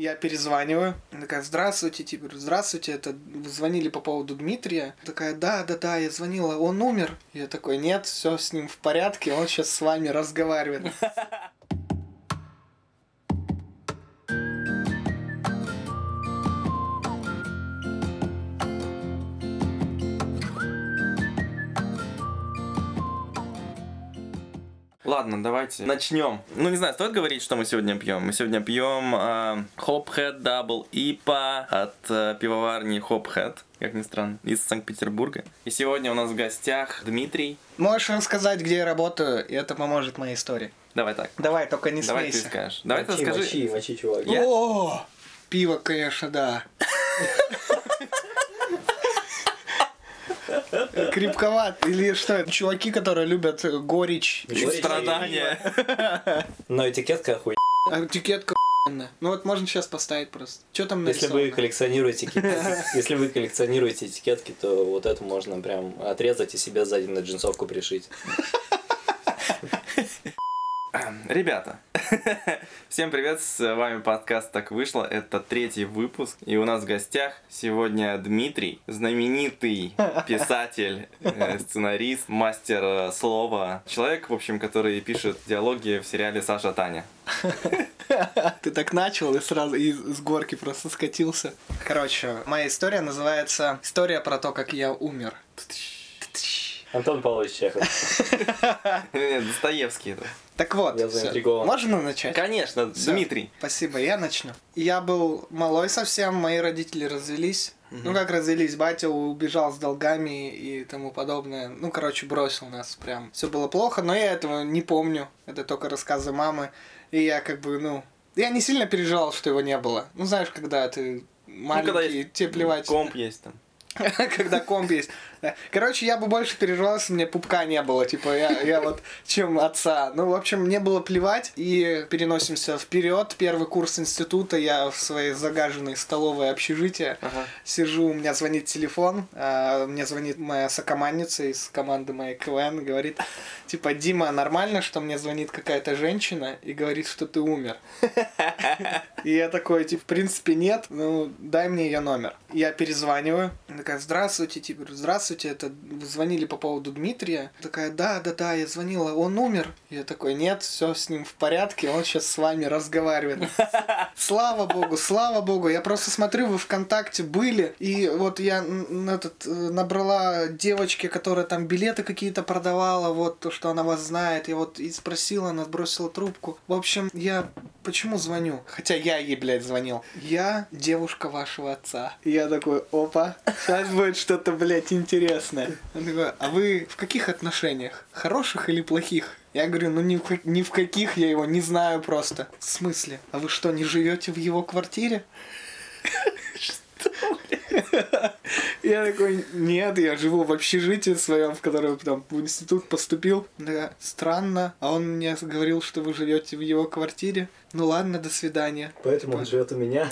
Я перезваниваю. Она такая: здравствуйте, типа, здравствуйте, это вы звонили по поводу Дмитрия? Такая: да, я звонила, он умер? Я такой: нет, все с ним в порядке, он сейчас с вами разговаривает. Ладно, давайте начнем. Ну, не знаю, стоит говорить, что мы сегодня пьем. Мы сегодня пьем Hophead Double IPA от пивоварни Hophead, как ни странно, из Санкт-Петербурга. И сегодня у нас в гостях Дмитрий. Можешь рассказать, где я работаю, и это поможет моей истории. Давай так. Давай, только не Давай смейся. ты скажешь. Давай ты скажи. Мочи, чувак. Я? О, пиво, конечно, да. Крепковат. Или что это? Чуваки, которые любят горечь. Страдания. Но этикетка охуенная. А этикетка охуенная. Ну вот можно сейчас поставить просто. Что там Если нарисовано? вы коллекционируете этикетки, то вот эту можно прям отрезать и себе сзади на джинсовку пришить. Ребята, всем привет, с вами подкаст «Так вышло», это 3-й выпуск, и у нас в гостях сегодня Дмитрий, знаменитый писатель, сценарист, мастер слова, человек, в общем, который пишет диалоги в сериале «Саша Таня». Ты так начал и сразу с горки просто скатился. Короче, моя история называется «История про то, как я умер». Антон Павлович Чехов. Нет, Достоевский это. Так вот, Я заинтригован. можно начать? Конечно, Всё. Дмитрий. Спасибо, я начну. Я был малой совсем, мои родители развелись. Ну как развелись, батя убежал с долгами и тому подобное. Ну, короче, бросил нас прям. Все было плохо, но я этого не помню. Это только рассказы мамы. И я как бы, я не сильно переживал, что его не было. Ну, знаешь, когда ты маленький, когда тебе плевать. Комп есть там. Когда комп есть. Короче, я бы больше переживал, если мне пупка не было, типа, я вот, чем отца. Ну, в общем, мне было плевать, и переносимся вперед. Первый курс института, я в своей загаженной столовой общежитии сижу, у меня звонит телефон, мне звонит моя сокомандница из команды моей КВН, говорит, типа: Дима, нормально, что мне звонит какая-то женщина и говорит, что ты умер? И я такой, типа, в принципе, нет, ну, дай мне ее номер. Я перезваниваю, она такая: здравствуйте, типа, здравствуйте, это вы звонили по поводу Дмитрия? Такая: да, я звонила, он умер? Я такой: нет, все с ним в порядке, он сейчас с вами разговаривает. Слава богу, я просто смотрю, вы ВКонтакте были, и вот я набрала девочке, которая там билеты какие-то продавала, вот то, что она вас знает, я вот и спросила, она сбросила трубку. В общем, я почему звоню? Хотя я ей, блядь, звонил. Я девушка вашего отца. И я такой: опа, сейчас будет что-то, блядь, интересное. Она такая: а вы в каких отношениях? Хороших или плохих? Я говорю: ну ни в каких, я его не знаю просто. В смысле? А вы что, не живете в его квартире? Что, блядь? Я такой: нет, я живу в общежитии своем, в которое там в институт поступил. Да, странно. А он мне говорил, что вы живете в его квартире. Ну ладно, до свидания. Поэтому он живет у меня.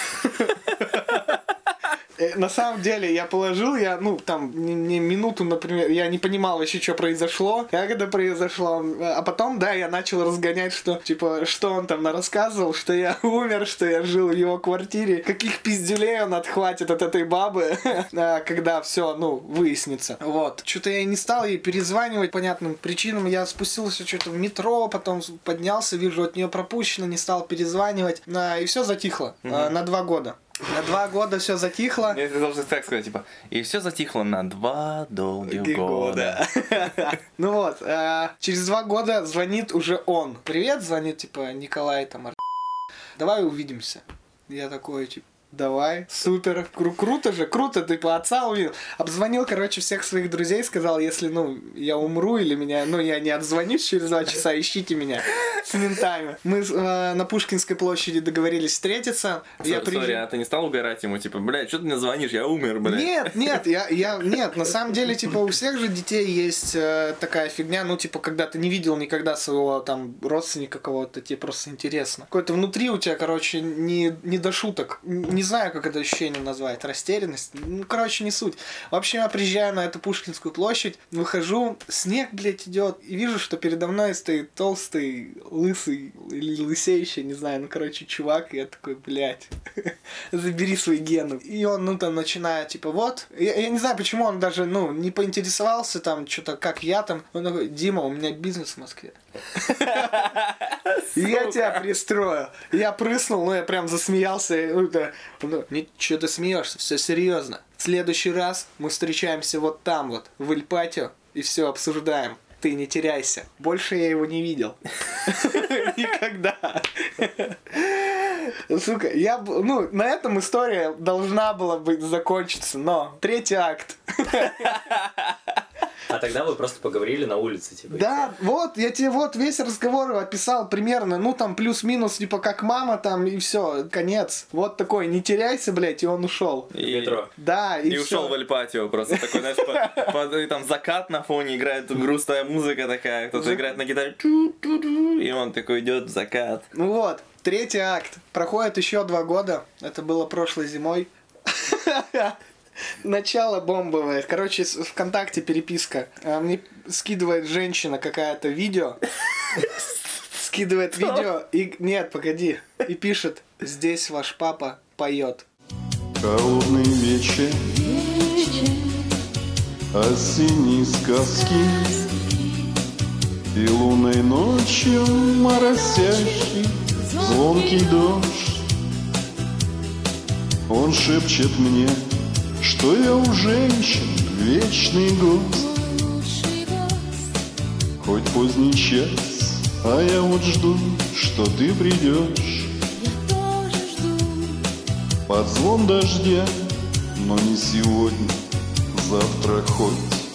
На самом деле, я положил, не минуту, например, я не понимал еще, что произошло, как это произошло, а потом, да, я начал разгонять, что, типа, что он там рассказывал, что я умер, что я жил в его квартире, каких пиздюлей он отхватит от этой бабы, когда все, выяснится. Вот. Что-то я не стал ей перезванивать по понятным причинам, я спустился что-то в метро, потом поднялся, вижу, от нее пропущено, не стал перезванивать, и все затихло на 2 года. На 2 года все затихло. Ты должен так сказать, типа, и все затихло на 2 долгих года. Ну вот, через 2 года звонит уже он. Привет, звонит, типа, Николай, там, давай увидимся. Я такой, типа, давай, супер, круто же, круто, ты по отца увидел. Обзвонил, короче, всех своих друзей, сказал, если, я умру или меня, я не отзвонюсь через 2 часа, ищите меня с ментами. Мы на Пушкинской площади договорились встретиться. Сори, а ты не стал угорать ему, типа, блядь, что ты мне звонишь, я умер, блядь. Нет, нет, на самом деле, типа, у всех же детей есть такая фигня, когда ты не видел никогда своего, там, родственника кого-то, тебе просто интересно. Какое-то внутри у тебя, короче, не до шуток. Не знаю, как это ощущение назвать, растерянность. Не суть. В общем, я приезжаю на эту Пушкинскую площадь, выхожу, снег, блядь, идет, и вижу, что передо мной стоит толстый лысый или лысеющий, не знаю, ну, короче, чувак, и я такой, блядь, забери свои гены. И он, ну, там, начинает, типа, вот, я не знаю, почему он даже, ну, не поинтересовался, там, что-то, как я там, он такой, Дима, у меня бизнес в Москве. Я тебя пристрою. Я прыснул, ну, я прям засмеялся, что ты смеешься, все серьезно. В следующий раз мы встречаемся вот там вот, в Иль-Патио, и все обсуждаем. Ты не теряйся. Больше я его не видел. Никогда. Сука, ну, на этом история должна была быть закончиться, но третий акт. А тогда вы просто поговорили на улице, типа. Да, вот, я тебе вот весь разговор описал примерно, ну там плюс-минус, типа как мама там, и все, конец. Вот такой, не теряйся, блядь, и он ушел. И метро. Да, и ушел в Эль-Патио просто такой, знаешь, там закат на фоне, играет грустная музыка такая, кто-то играет на гитаре, и он такой идет в закат. Ну вот, третий акт. Проходит еще 2 года, это было прошлой зимой. Начало бомбовое. Короче, ВКонтакте переписка. Мне скидывает женщина какая-то видео. Скидывает видео и... Нет, погоди. И пишет: здесь ваш папа поет. Холодный вечер, осенней сказки, и лунной ночью моросящий звонкий дождь. Он шепчет мне, что я у женщин вечный гость. Хоть поздний час, а я вот жду, что ты придешь. Под звон дождя, но не сегодня, завтра хоть.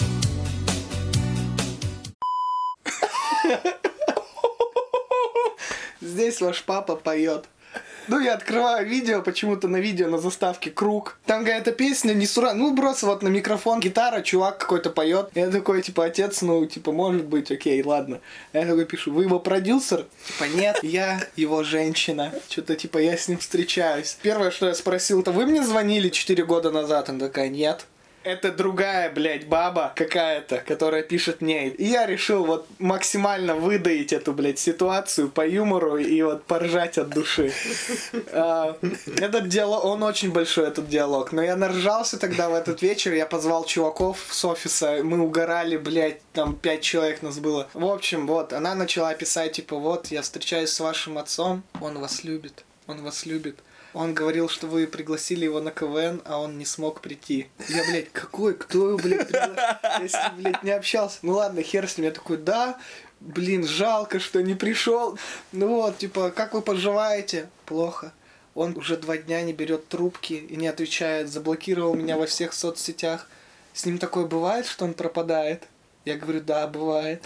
Здесь ваш папа поет. Ну, я открываю видео, почему-то на видео на заставке круг. Там какая-то песня несуразная. Ну, просто вот на микрофон гитара, чувак какой-то поет. Я такой, типа, отец, ну, типа, может быть, окей, ладно. Я такой пишу: вы его продюсер? Типа, нет, я его женщина. Что-то, типа, я с ним встречаюсь. Первое, что я спросил, это вы мне звонили 4 года назад? Она такая: нет. Это другая, блядь, баба какая-то, которая пишет мне. И я решил вот максимально выдаить эту, блядь, ситуацию по юмору и вот поржать от души. Этот диалог, он очень большой, этот диалог. Но я наржался тогда в этот вечер, я позвал чуваков с офиса, мы угорали, блядь, там 5 человек нас было. В общем, вот, она начала писать, типа, вот, я встречаюсь с вашим отцом, он вас любит, он вас любит. Он говорил, что вы пригласили его на КВН, а он не смог прийти. Я, блядь, какой? Кто его, блядь, пригласил? Я с ним, блядь, не общался. Ну ладно, хер с ним. Я такой: да, блин, жалко, что не пришел. Ну вот, типа, как вы поживаете? Плохо. Он уже 2 дня не берет трубки и не отвечает. Заблокировал меня во всех соцсетях. С ним такое бывает, что он пропадает? Я говорю: да, бывает.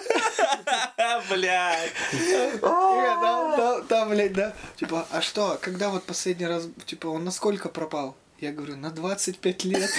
Блядь. Да, блядь, да. Типа, а что, когда вот последний раз, типа, он на сколько пропал? Я говорю: на 25 лет.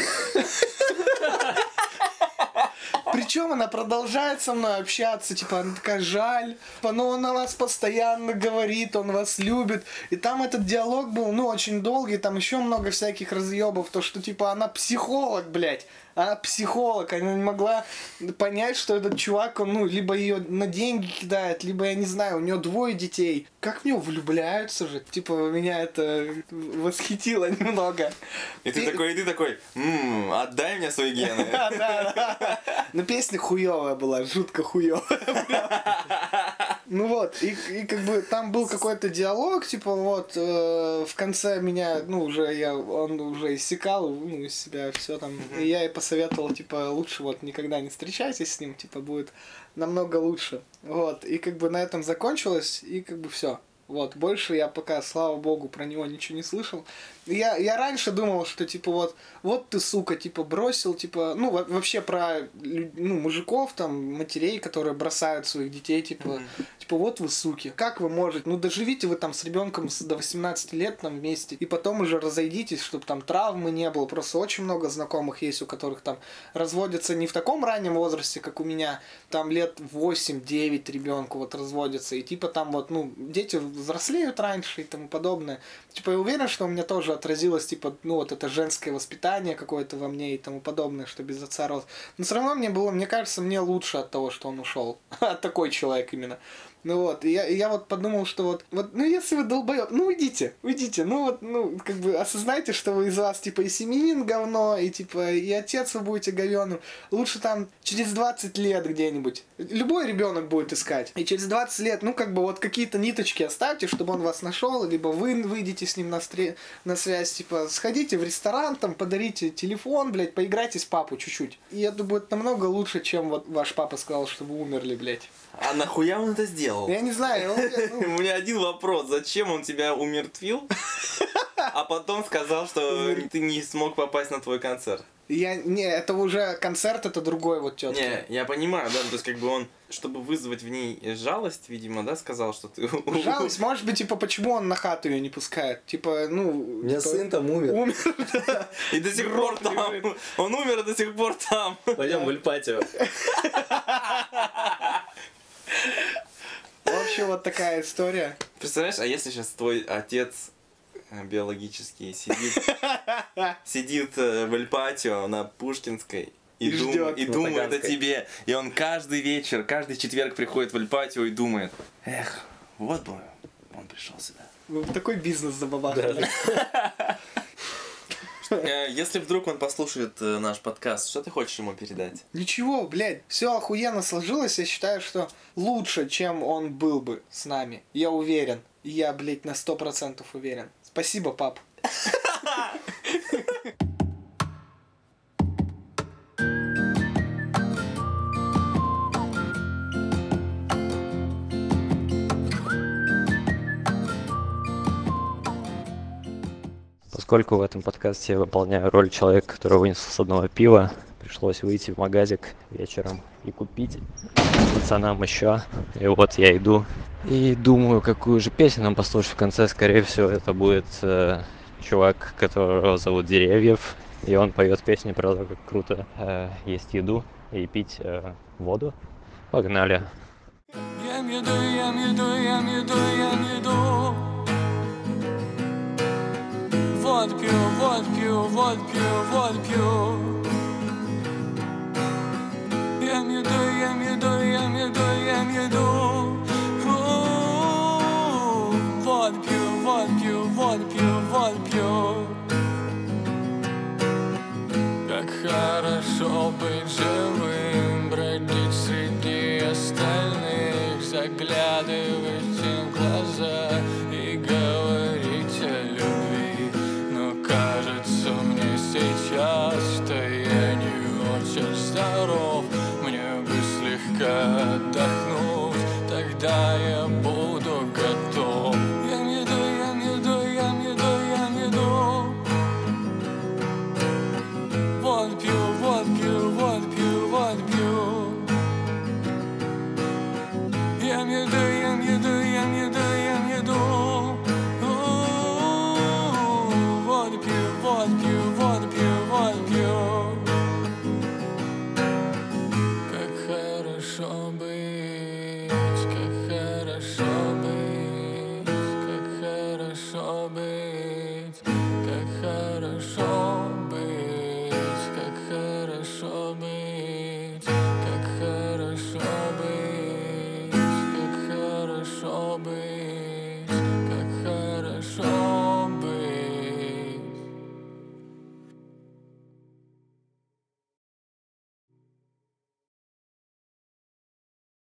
Причем она продолжает со мной общаться, типа, она такая: жаль, но он о вас постоянно говорит, он вас любит. И там этот диалог был, ну, очень долгий, там еще много всяких разъебов, то, что, типа, она психолог, блядь. Она психолог, она не могла понять, что этот чувак, он, ну, либо ее на деньги кидает, либо, я не знаю, у нее 2 детей. Как в него влюбляются же. Типа, меня это восхитило немного. И ты такой, отдай мне свои гены. Да. Но песня хуёвая была, жутко хуёвая. Ну вот, и как бы там был какой-то диалог, типа вот в конце меня, ну уже он уже иссякал, ну, из себя все там. И я ей посоветовал, типа, лучше вот никогда не встречайтесь с ним, типа, будет намного лучше. Вот, и как бы на этом закончилось, и как бы все. Вот, больше я пока, слава богу, про него ничего не слышал. Я раньше думал, что, типа, вот ты, сука, типа, бросил, типа, ну, вообще про, ну, мужиков, там, матерей, которые бросают своих детей, типа, типа, вот вы, суки, как вы можете, ну, доживите вы там с ребенком до 18 лет там вместе, и потом уже разойдитесь, чтобы там травмы не было. Просто очень много знакомых есть, у которых там разводятся не в таком раннем возрасте, как у меня, там лет 8-9 ребенку вот разводятся, и типа там вот, ну, дети взрослеют раньше и тому подобное. Типа, я уверен, что у меня тоже отразилось, типа, ну, вот это женское воспитание какое-то во мне и тому подобное, что без отца рос. Но все равно мне кажется, мне лучше от того, что он ушел. От такой человек именно. Ну вот, и я вот подумал, что вот, ну если вы долбоёб, ну уйдите, ну вот, ну как бы осознайте, что вы из вас типа и семьянин говно, и типа и отец вы будете говёным. Лучше там через 20 лет где-нибудь. Любой ребенок будет искать. И через 20 лет, ну как бы вот какие-то ниточки оставьте, чтобы он вас нашел, либо вы выйдете с ним на связь, типа сходите в ресторан, там подарите телефон, блядь, поиграйте с папой чуть-чуть. И это будет намного лучше, чем вот ваш папа сказал, что вы умерли, блядь. А нахуя он это сделал? Я не знаю, У меня один вопрос. Зачем он тебя умертвил, а потом сказал, что ты не смог попасть на твой концерт? не, это уже концерт, это другой вот тетки. Не, я понимаю, да, то есть как бы он, чтобы вызвать в ней жалость, видимо, да, сказал, что ты... Жалость, может быть, типа, почему он на хату ее не пускает? Типа, ну... У меня сын там умер. Умер, да. И до сих пор там. Он умер, и до сих пор там. Пойдем в Ильпатио. Вообще, вот такая история. Представляешь, а если сейчас твой отец биологический сидит в Эльпатио на Пушкинской И ждёт. и думает о Таганской. тебе, и он каждый вечер, каждый четверг приходит в Эльпатио и думает: эх, вот бы он пришел сюда. Ну, такой бизнес забабахали. Если вдруг он послушает наш подкаст, что ты хочешь ему передать? Ничего, блядь, все охуенно сложилось. Я считаю, что лучше, чем он был бы с нами. Я уверен. Я, блядь, на 100% уверен. Спасибо, пап. Поскольку в этом подкасте я выполняю роль человека, который вынес с одного пива, пришлось выйти в магазик вечером и купить пацанам еще. И вот я иду и думаю, какую же песню нам послушать в конце. Скорее всего, это будет чувак, которого зовут Деревьев. И он поет песни про то, как круто есть еду и пить воду. Погнали. Ем еду, ем еду, ем еду, ем еду. Вот пью, вот пью, вот пью, вот пью. Ем еду, ем еду, ем еду, ем еду. Вот пью, вот пью, вот пью, вот пью.